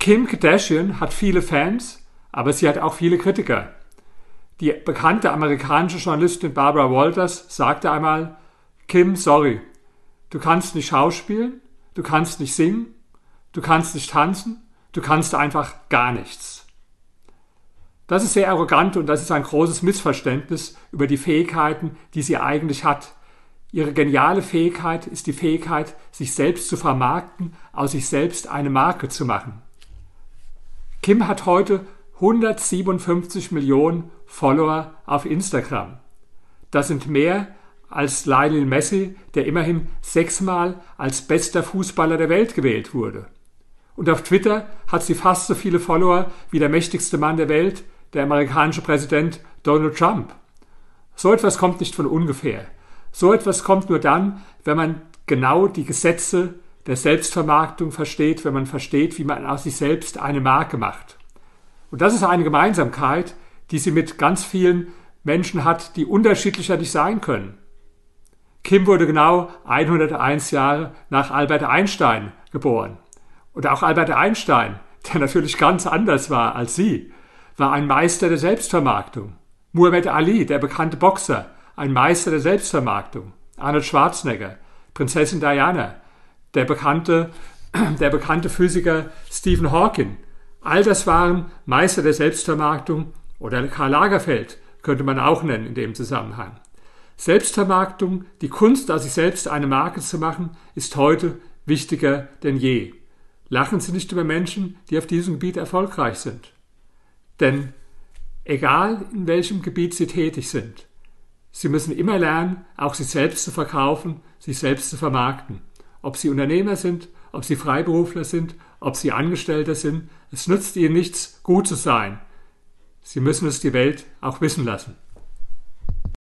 Kim Kardashian hat viele Fans, aber sie hat auch viele Kritiker. Die bekannte amerikanische Journalistin Barbara Walters sagte einmal: Kim, sorry, du kannst nicht schauspielen, du kannst nicht singen, du kannst nicht tanzen, du kannst einfach gar nichts. Das ist sehr arrogant und das ist ein großes Missverständnis über die Fähigkeiten, die sie eigentlich hat. Ihre geniale Fähigkeit ist die Fähigkeit, sich selbst zu vermarkten, aus sich selbst eine Marke zu machen. Kim hat heute 157 Millionen Follower auf Instagram. Das sind mehr als Lionel Messi, der immerhin 6-mal als bester Fußballer der Welt gewählt wurde. Und auf Twitter hat sie fast so viele Follower wie der mächtigste Mann der Welt, der amerikanische Präsident Donald Trump. So etwas kommt nicht von ungefähr. So etwas kommt nur dann, wenn man genau die Gesetze der Selbstvermarktung versteht, wenn man versteht, wie man aus sich selbst eine Marke macht. Und das ist eine Gemeinsamkeit, die sie mit ganz vielen Menschen hat, die unterschiedlicher nicht sein können. Kim wurde genau 101 Jahre nach Albert Einstein geboren. Und auch Albert Einstein, der natürlich ganz anders war als sie, war ein Meister der Selbstvermarktung. Muhammad Ali, der bekannte Boxer, ein Meister der Selbstvermarktung. Arnold Schwarzenegger, Prinzessin Diana, der bekannte Physiker Stephen Hawking. All das waren Meister der Selbstvermarktung, oder Karl Lagerfeld könnte man auch nennen in dem Zusammenhang. Selbstvermarktung, die Kunst, aus sich selbst eine Marke zu machen, ist heute wichtiger denn je. Lachen Sie nicht über Menschen, die auf diesem Gebiet erfolgreich sind. Denn egal in welchem Gebiet Sie tätig sind, Sie müssen immer lernen, auch sich selbst zu verkaufen, sich selbst zu vermarkten. Ob Sie Unternehmer sind, ob Sie Freiberufler sind, ob Sie Angestellter sind, es nützt Ihnen nichts, gut zu sein. Sie müssen es die Welt auch wissen lassen.